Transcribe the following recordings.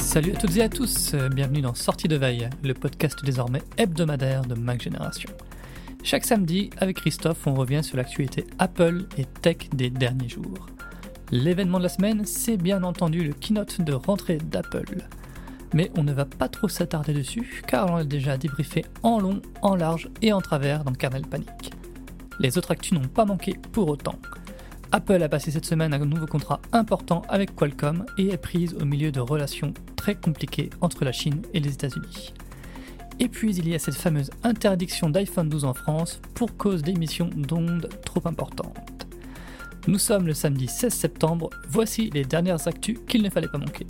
Salut à toutes et à tous, bienvenue dans Sortie de Veille, le podcast désormais hebdomadaire de Mac Génération. Chaque samedi, avec Christophe, on revient sur l'actualité Apple et tech des derniers jours. L'événement de la semaine, c'est bien entendu le keynote de rentrée d'Apple. Mais on ne va pas trop s'attarder dessus, car on l'a déjà débriefé en long, en large et en travers dans Kernel Panic. Les autres actus n'ont pas manqué pour autant. Apple a passé cette semaine un nouveau contrat important avec Qualcomm et est prise au milieu de relations très compliquées entre la Chine et les États-Unis. Et puis il y a cette fameuse interdiction d'iPhone 12 en France pour cause d'émissions d'ondes trop importantes. Nous sommes le samedi 16 septembre, voici les dernières actus qu'il ne fallait pas manquer.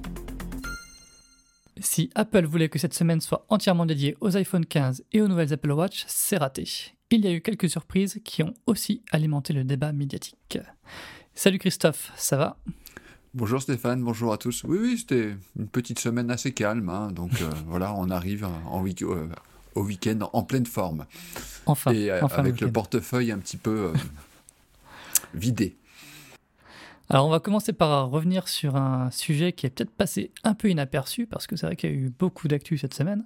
Si Apple voulait que cette semaine soit entièrement dédiée aux iPhone 15 et aux nouvelles Apple Watch, c'est raté. Il y a eu quelques surprises qui ont aussi alimenté le débat médiatique. Salut Christophe, ça va ? Bonjour Stéphane, bonjour à tous. Oui, c'était une petite semaine assez calme, hein, donc voilà, on arrive au week-end en pleine forme. Enfin, avec le portefeuille un petit peu vidé. Alors on va commencer par revenir sur un sujet qui est peut-être passé un peu inaperçu, parce que c'est vrai qu'il y a eu beaucoup d'actu cette semaine,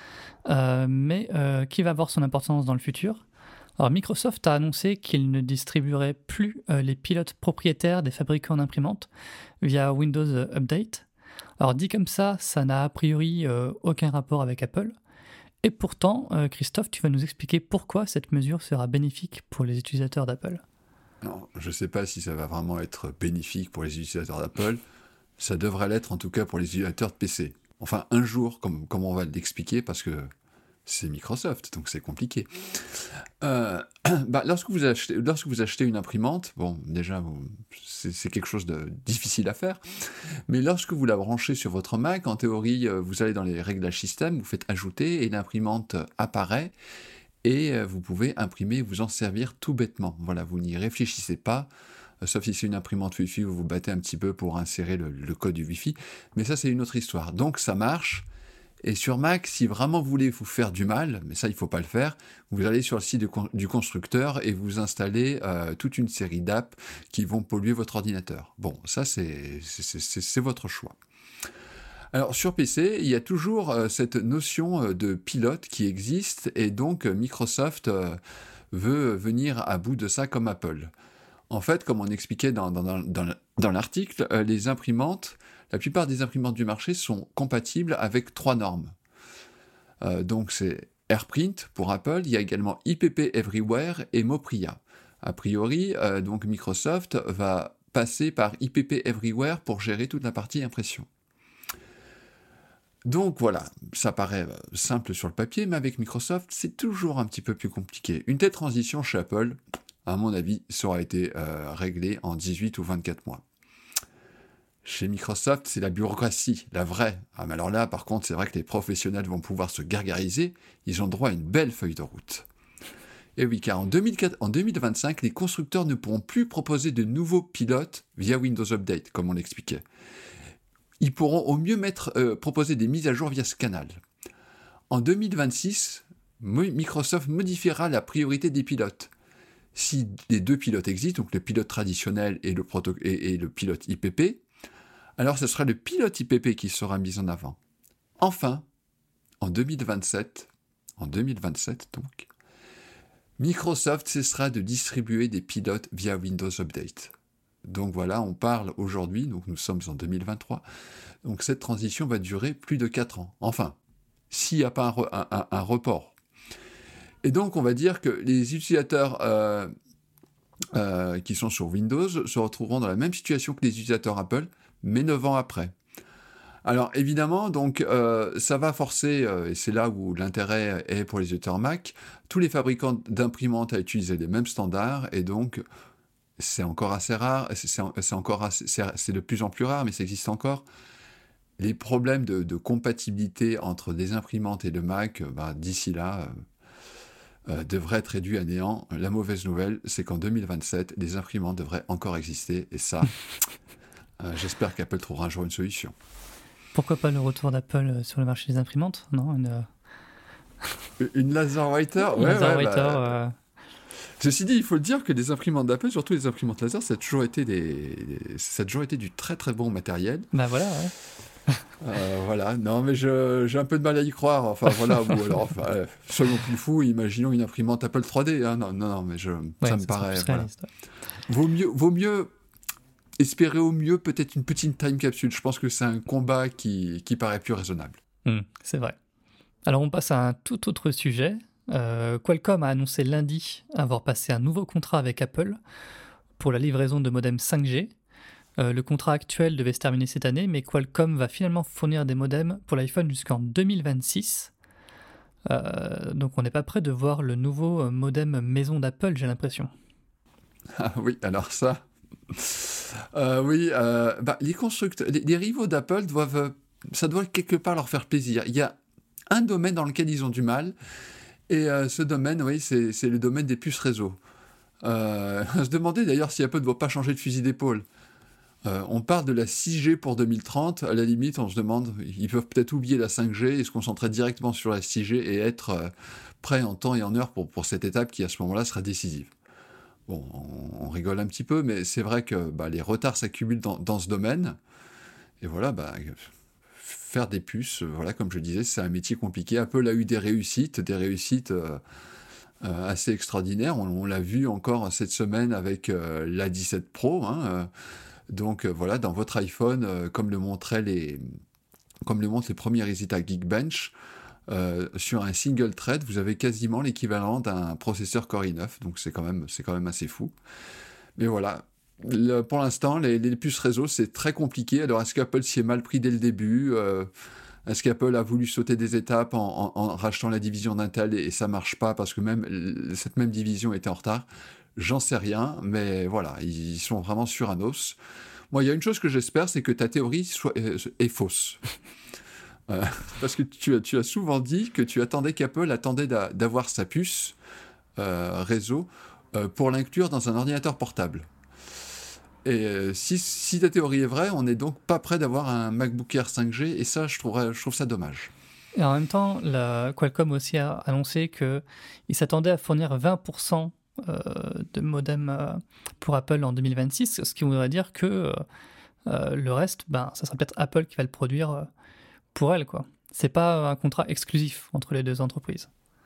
mais qui va avoir son importance dans le futur. Alors Microsoft a annoncé qu'il ne distribuerait plus les pilotes propriétaires des fabricants d'imprimantes via Windows Update. Alors dit comme ça n'a a priori aucun rapport avec Apple. Et pourtant, Christophe, tu vas nous expliquer pourquoi cette mesure sera bénéfique pour les utilisateurs d'Apple. Non, je ne sais pas si ça va vraiment être bénéfique pour les utilisateurs d'Apple. Ça devrait l'être en tout cas pour les utilisateurs de PC. Enfin, un jour, comme on va l'expliquer, parce que c'est Microsoft, donc c'est compliqué. Lorsque vous achetez une imprimante, bon, déjà, c'est quelque chose de difficile à faire, mais lorsque vous la branchez sur votre Mac, en théorie, vous allez dans les réglages système, vous faites ajouter, et l'imprimante apparaît, et vous pouvez imprimer, vous en servir tout bêtement. Voilà, vous n'y réfléchissez pas, sauf si c'est une imprimante Wi-Fi où vous battez un petit peu pour insérer le code du Wi-Fi, mais ça c'est une autre histoire. Donc ça marche, et sur Mac, si vraiment vous voulez vous faire du mal, mais ça il ne faut pas le faire, vous allez sur le site du constructeur et vous installez toute une série d'apps qui vont polluer votre ordinateur. Bon, ça c'est votre choix. Alors sur PC, il y a toujours cette notion de pilote qui existe, et donc Microsoft veut venir à bout de ça comme Apple. En fait, comme on expliquait dans l'article, les imprimantes, la plupart des imprimantes du marché sont compatibles avec 3 normes. Donc c'est AirPrint pour Apple, il y a également IPP Everywhere et Mopria. A priori, donc Microsoft va passer par IPP Everywhere pour gérer toute la partie impression. Donc voilà, ça paraît simple sur le papier, mais avec Microsoft, c'est toujours un petit peu plus compliqué. Une telle transition chez Apple, à mon avis, ça aura été réglé en 18 ou 24 mois. Chez Microsoft, c'est la bureaucratie, la vraie. Ah, mais alors là, par contre, c'est vrai que les professionnels vont pouvoir se gargariser, ils ont droit à une belle feuille de route. Et oui, car en 2025, les constructeurs ne pourront plus proposer de nouveaux pilotes via Windows Update, comme on l'expliquait. Ils pourront au mieux proposer des mises à jour via ce canal. En 2026, Microsoft modifiera la priorité des pilotes. Si les 2 pilotes existent, donc le pilote traditionnel et le pilote IPP, alors ce sera le pilote IPP qui sera mis en avant. Enfin, en 2027 donc, Microsoft cessera de distribuer des pilotes via Windows Update. Donc voilà, on parle aujourd'hui, donc nous sommes en 2023, donc cette transition va durer plus de 4 ans. Enfin, s'il n'y a pas un report. Et donc on va dire que les utilisateurs qui sont sur Windows se retrouveront dans la même situation que les utilisateurs Apple, mais 9 ans après. Alors évidemment, donc ça va forcer, et c'est là où l'intérêt est pour les utilisateurs Mac, tous les fabricants d'imprimantes à utiliser les mêmes standards, et donc c'est encore assez rare, c'est de plus en plus rare, mais ça existe encore. Les problèmes de compatibilité entre des imprimantes et le Mac, d'ici là, devraient être réduits à néant. La mauvaise nouvelle, c'est qu'en 2027, les imprimantes devraient encore exister, et ça, j'espère qu'Apple trouvera un jour une solution. Pourquoi pas le retour d'Apple sur le marché des imprimantes ? Non, une Laserwriter ? Laserwriter. Ceci dit, il faut le dire que les imprimantes d'Apple, surtout les imprimantes laser, ça a toujours été du très très bon matériel. Bah voilà, ouais. Voilà, non, mais j'ai un peu de mal à y croire. Enfin, voilà, ou alors, enfin, soyons plus fous, imaginons une imprimante Apple 3D. Hein. Non, non, non, mais ça Ouais, me ça serait paraît, plus voilà. réaliste. Ouais. Vaut mieux espérer au mieux peut-être une petite time capsule. Je pense que c'est un combat qui paraît plus raisonnable. C'est vrai. Alors on passe à un tout autre sujet. Qualcomm a annoncé lundi avoir passé un nouveau contrat avec Apple pour la livraison de modems 5G. Le contrat actuel devait se terminer cette année, mais Qualcomm va finalement fournir des modems pour l'iPhone jusqu'en 2026. Donc on n'est pas prêt de voir le nouveau modem maison d'Apple, j'ai l'impression. Ah oui, alors ça. Oui, les constructeurs, les rivaux d'Apple ça doit quelque part leur faire plaisir. Il y a un domaine dans lequel ils ont du mal, et ce domaine, oui, c'est le domaine des puces réseau. On se demandait d'ailleurs si Apple ne doit pas changer de fusil d'épaule. On parle de la 6G pour 2030, à la limite, on se demande, ils peuvent peut-être oublier la 5G et se concentrer directement sur la 6G et être prêts en temps et en heure pour cette étape qui, à ce moment-là, sera décisive. Bon, on rigole un petit peu, mais c'est vrai que les retards s'accumulent dans ce domaine. Et voilà, faire des puces, voilà, comme je disais, c'est un métier compliqué. Apple a eu des réussites assez extraordinaires. On l'a vu encore cette semaine avec l'A17 Pro. Hein, donc voilà, dans votre iPhone, comme le montrent les premiers résultats Geekbench, sur un single thread, vous avez quasiment l'équivalent d'un processeur Core i9, donc c'est quand même assez fou. Mais voilà, pour l'instant, les puces réseau, c'est très compliqué. Alors, est-ce qu'Apple s'y est mal pris dès le début Est-ce qu'Apple a voulu sauter des étapes en rachetant la division d'Intel et ça marche pas parce que cette même division était en retard? J'en sais rien, mais voilà, ils sont vraiment sur un os. Moi, il y a une chose que j'espère, c'est que ta théorie est fausse. Parce que tu as souvent dit que tu attendais qu'Apple attendait d'avoir sa puce réseau pour l'inclure dans un ordinateur portable. Et si ta théorie est vraie, on n'est donc pas prêt d'avoir un MacBook Air 5G, et ça, je trouve ça dommage. Et en même temps, Qualcomm aussi a annoncé qu'il s'attendait à fournir 20% de modems pour Apple en 2026, ce qui voudrait dire que le reste, ça sera peut-être Apple qui va le produire pour elle, quoi. C'est pas un contrat exclusif entre les deux entreprises.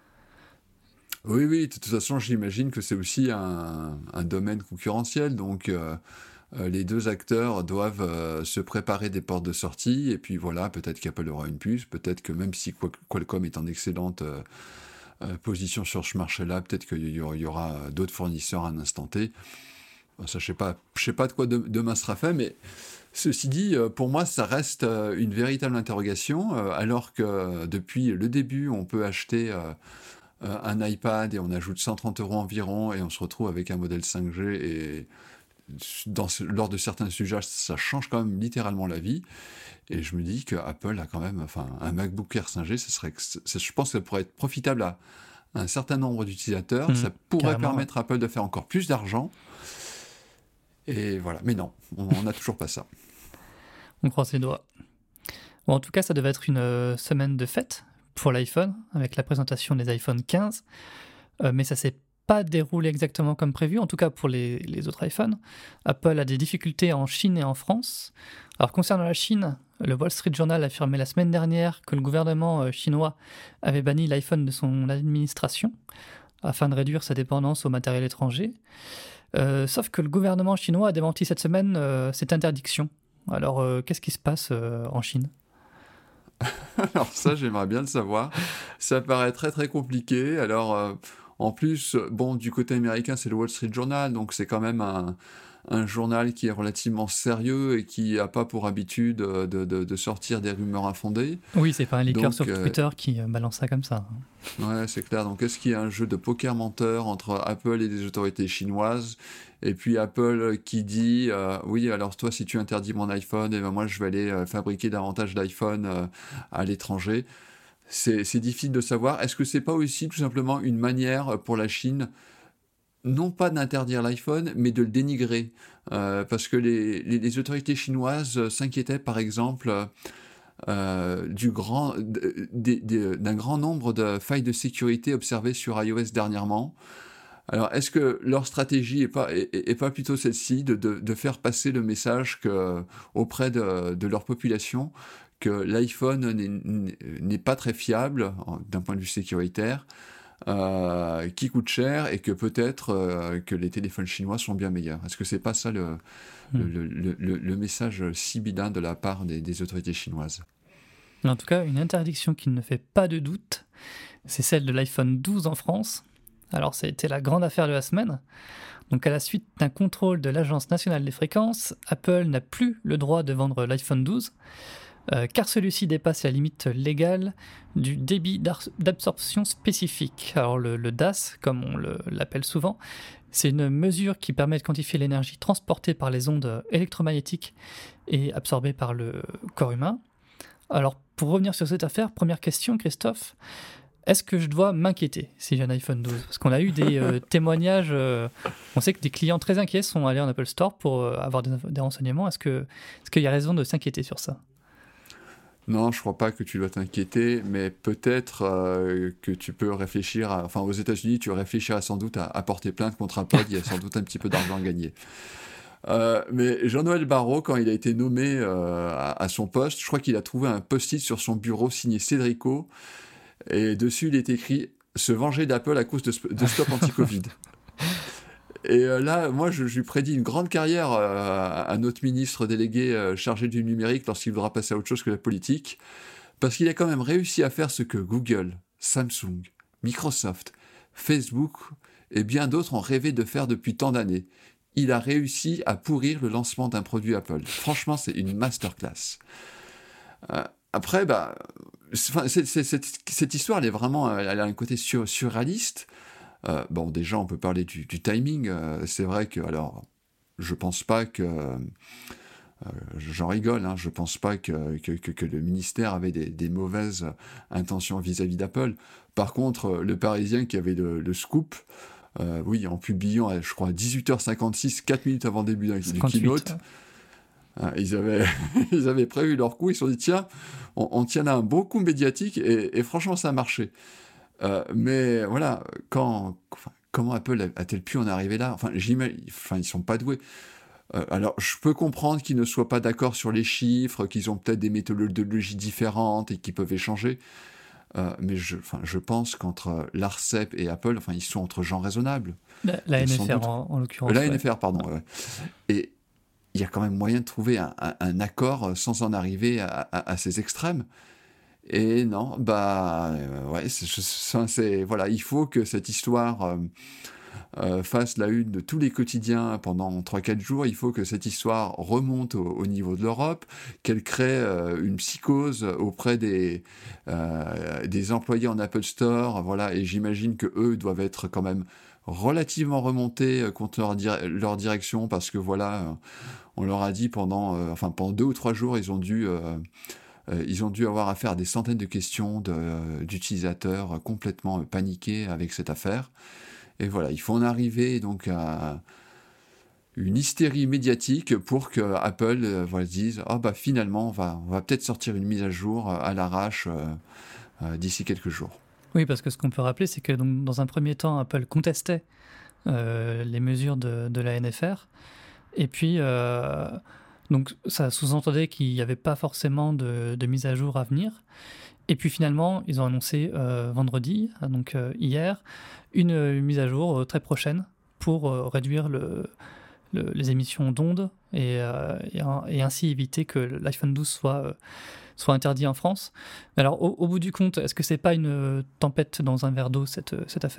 Oui, de toute façon, j'imagine que c'est aussi un domaine concurrentiel, donc les deux acteurs doivent se préparer des portes de sortie, et puis voilà, peut-être qu'Apple aura une puce, peut-être que même si Qualcomm est en excellente position sur ce marché-là, peut-être qu'il y aura d'autres fournisseurs à un instant T. Ça, je sais pas de quoi demain sera fait, mais ceci dit, pour moi, ça reste une véritable interrogation, alors que depuis le début, on peut acheter un iPad et on ajoute 130 € environ et on se retrouve avec un modèle 5G, et lors de certains sujets, ça change quand même littéralement la vie. Et je me dis que Apple a quand même, enfin, un MacBook Air 5G, je pense que ça pourrait être profitable à un certain nombre d'utilisateurs. Ça pourrait permettre à Apple de faire encore plus d'argent. Et voilà, mais non, on n'a toujours pas ça. On croise les doigts. Bon, en tout cas, ça devait être une semaine de fête pour l'iPhone, avec la présentation des iPhone 15, mais ça s'est pas déroulé exactement comme prévu, en tout cas pour les autres iPhones. Apple a des difficultés en Chine et en France. Alors concernant la Chine, le Wall Street Journal a affirmé la semaine dernière que le gouvernement chinois avait banni l'iPhone de son administration afin de réduire sa dépendance au matériel étranger. Sauf que le gouvernement chinois a démenti cette semaine cette interdiction. Alors qu'est-ce qui se passe en Chine ? Alors ça, j'aimerais bien le savoir. Ça paraît très très compliqué. Alors, en plus, bon, du côté américain, c'est le Wall Street Journal, donc c'est quand même un journal qui est relativement sérieux et qui n'a pas pour habitude de sortir des rumeurs infondées. Oui, c'est pas un leaker sur Twitter qui balance ça comme ça. Ouais, c'est clair. Donc, est-ce qu'il y a un jeu de poker menteur entre Apple et des autorités chinoises ? Et puis Apple qui dit oui, alors toi, si tu interdis mon iPhone, et ben moi, je vais aller fabriquer davantage d'iPhone à l'étranger. C'est difficile de savoir. Est-ce que c'est pas aussi tout simplement une manière pour la Chine, non pas d'interdire l'iPhone, mais de le dénigrer, parce que les autorités chinoises s'inquiétaient, par exemple, d'un grand nombre de failles de sécurité observées sur iOS dernièrement. Alors, est-ce que leur stratégie est pas plutôt celle-ci, de faire passer le message auprès de leur population que l'iPhone n'est pas très fiable d'un point de vue sécuritaire, qui coûte cher et que peut-être que les téléphones chinois sont bien meilleurs. Est-ce que c'est pas ça le message sibyllin de la part des autorités chinoises? En tout cas, une interdiction qui ne fait pas de doute, c'est celle de l'iPhone 12 en France. Alors, ça a été la grande affaire de la semaine. Donc, à la suite d'un contrôle de l'Agence nationale des fréquences, Apple n'a plus le droit de vendre l'iPhone 12, car celui-ci dépasse la limite légale du débit d'absorption spécifique. Alors, le DAS, comme on l'appelle souvent, c'est une mesure qui permet de quantifier l'énergie transportée par les ondes électromagnétiques et absorbée par le corps humain. Alors, pour revenir sur cette affaire, première question, Christophe, est-ce que je dois m'inquiéter si j'ai un iPhone 12 ? Parce qu'on a eu des témoignages, on sait que des clients très inquiets sont allés en Apple Store pour avoir des renseignements. Est-ce qu'il y a raison de s'inquiéter sur ça ? Non, je crois pas que tu dois t'inquiéter, mais peut-être que tu peux réfléchir enfin, aux États-Unis, tu réfléchiras sans doute à porter plainte contre Apple, il y a sans doute un petit peu d'argent à gagner. Mais Jean-Noël Barrot, quand il a été nommé à son poste, je crois qu'il a trouvé un post-it sur son bureau signé Cédrico, et dessus il est écrit « Se venger d'Apple à cause de stop anti-Covid ». Et là, moi, je lui prédis une grande carrière à notre ministre délégué chargé du numérique lorsqu'il voudra passer à autre chose que la politique, parce qu'il a quand même réussi à faire ce que Google, Samsung, Microsoft, Facebook et bien d'autres ont rêvé de faire depuis tant d'années. Il a réussi à pourrir le lancement d'un produit Apple. Franchement, c'est une masterclass. Après, cette histoire, elle a un côté surréaliste. Bon, déjà, on peut parler du timing. C'est vrai que, alors, je pense pas que... j'en rigole, hein, je pense pas que le ministère avait des mauvaises intentions vis-à-vis d'Apple. Par contre, le Parisien qui avait le scoop, oui, en publiant, je crois, à 18h56, 4 minutes avant le début du keynote, ils avaient prévu leur coup, ils se sont dit, tiens, on tient là un bon coup médiatique, et franchement, ça a marché. Mais voilà, comment Apple a-t-elle pu en arriver là ? Enfin, ils sont pas doués. Alors, je peux comprendre qu'ils ne soient pas d'accord sur les chiffres, qu'ils ont peut-être des méthodologies différentes et qu'ils peuvent échanger. Mais je pense qu'entre l'ARCEP et Apple, ils sont entre gens raisonnables. La NFR en l'occurrence. La NFR, pardon. Ouais. Et il y a quand même moyen de trouver un accord sans en arriver à ces extrêmes. Et non, voilà, il faut que cette histoire fasse la une de tous les quotidiens pendant 3-4 jours. Il faut que cette histoire remonte au niveau de l'Europe, qu'elle crée une psychose auprès des employés en Apple Store. Voilà, et j'imagine que eux doivent être quand même relativement remontés contre leur direction, parce que voilà, on leur a dit pendant 2 ou 3 jours, ils ont dû avoir affaire à des centaines de questions d'utilisateurs complètement paniqués avec cette affaire. Et voilà, il faut en arriver donc à une hystérie médiatique pour que Apple dise finalement, on va peut-être sortir une mise à jour à l'arrache d'ici quelques jours. Oui, parce que ce qu'on peut rappeler, c'est que donc, dans un premier temps, Apple contestait les mesures de la NFR. Et puis... donc ça sous-entendait qu'il n'y avait pas forcément de mise à jour à venir. Et puis finalement, ils ont annoncé vendredi, donc hier, une mise à jour très prochaine pour réduire les émissions d'ondes et ainsi éviter que l'iPhone 12 soit interdit en France. Alors au bout du compte, est-ce que c'est pas une tempête dans un verre d'eau cette affaire ?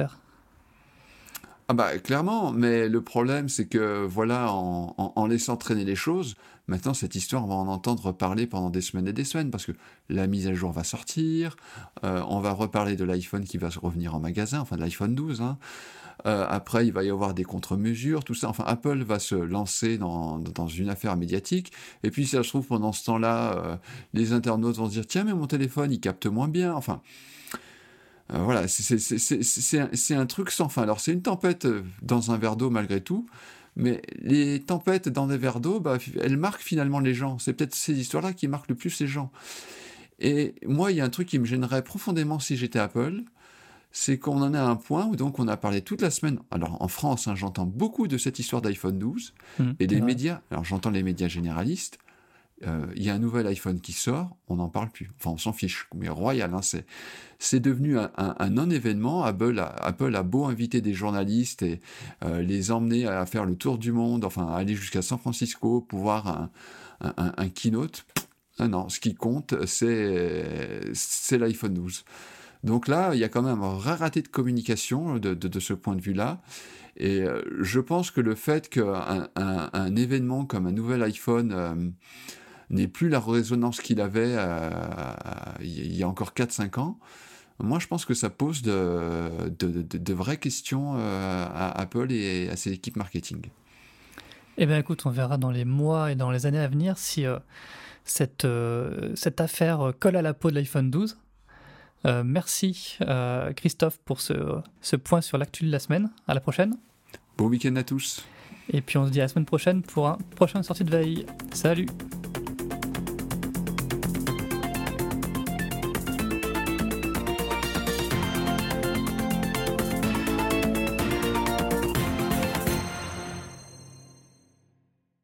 Clairement, mais le problème, c'est que, voilà, en laissant traîner les choses, maintenant, cette histoire, on va en entendre parler pendant des semaines et des semaines, parce que la mise à jour va sortir, on va reparler de l'iPhone qui va revenir en magasin, de l'iPhone 12, hein. Après, il va y avoir des contre-mesures, tout ça. Apple va se lancer dans une affaire médiatique, et puis, ça se trouve, pendant ce temps-là, les internautes vont se dire, tiens, mais mon téléphone, il capte moins bien, voilà, c'est un truc sans fin. Alors, c'est une tempête dans un verre d'eau malgré tout, mais les tempêtes dans des verres d'eau, elles marquent finalement les gens. C'est peut-être ces histoires-là qui marquent le plus les gens. Et moi, il y a un truc qui me gênerait profondément si j'étais Apple, c'est qu'on en est à un point où donc on a parlé toute la semaine. Alors, en France, j'entends beaucoup de cette histoire d'iPhone 12, et les médias, alors j'entends les médias généralistes, il y a un nouvel iPhone qui sort, on n'en parle plus. Enfin, on s'en fiche, mais royal, hein, c'est devenu un non-événement. Apple a beau inviter des journalistes et les emmener à faire le tour du monde, enfin, aller jusqu'à San Francisco pour voir un keynote. Non, ce qui compte, c'est l'iPhone 12. Donc là, il y a quand même un raté de communication de ce point de vue-là. Et je pense que le fait qu'un événement comme un nouvel iPhone n'ait plus la résonance qu'il avait il y a encore 4-5 ans, moi je pense que ça pose de vraies questions à Apple et à ses équipes marketing. Eh bien écoute, on verra dans les mois et dans les années à venir si cette affaire colle à la peau de l'iPhone 12. Merci Christophe pour ce point sur l'actu de la semaine. À la prochaine. Bon week-end à tous. Et puis on se dit à la semaine prochaine pour un prochain sortie de veille. Salut.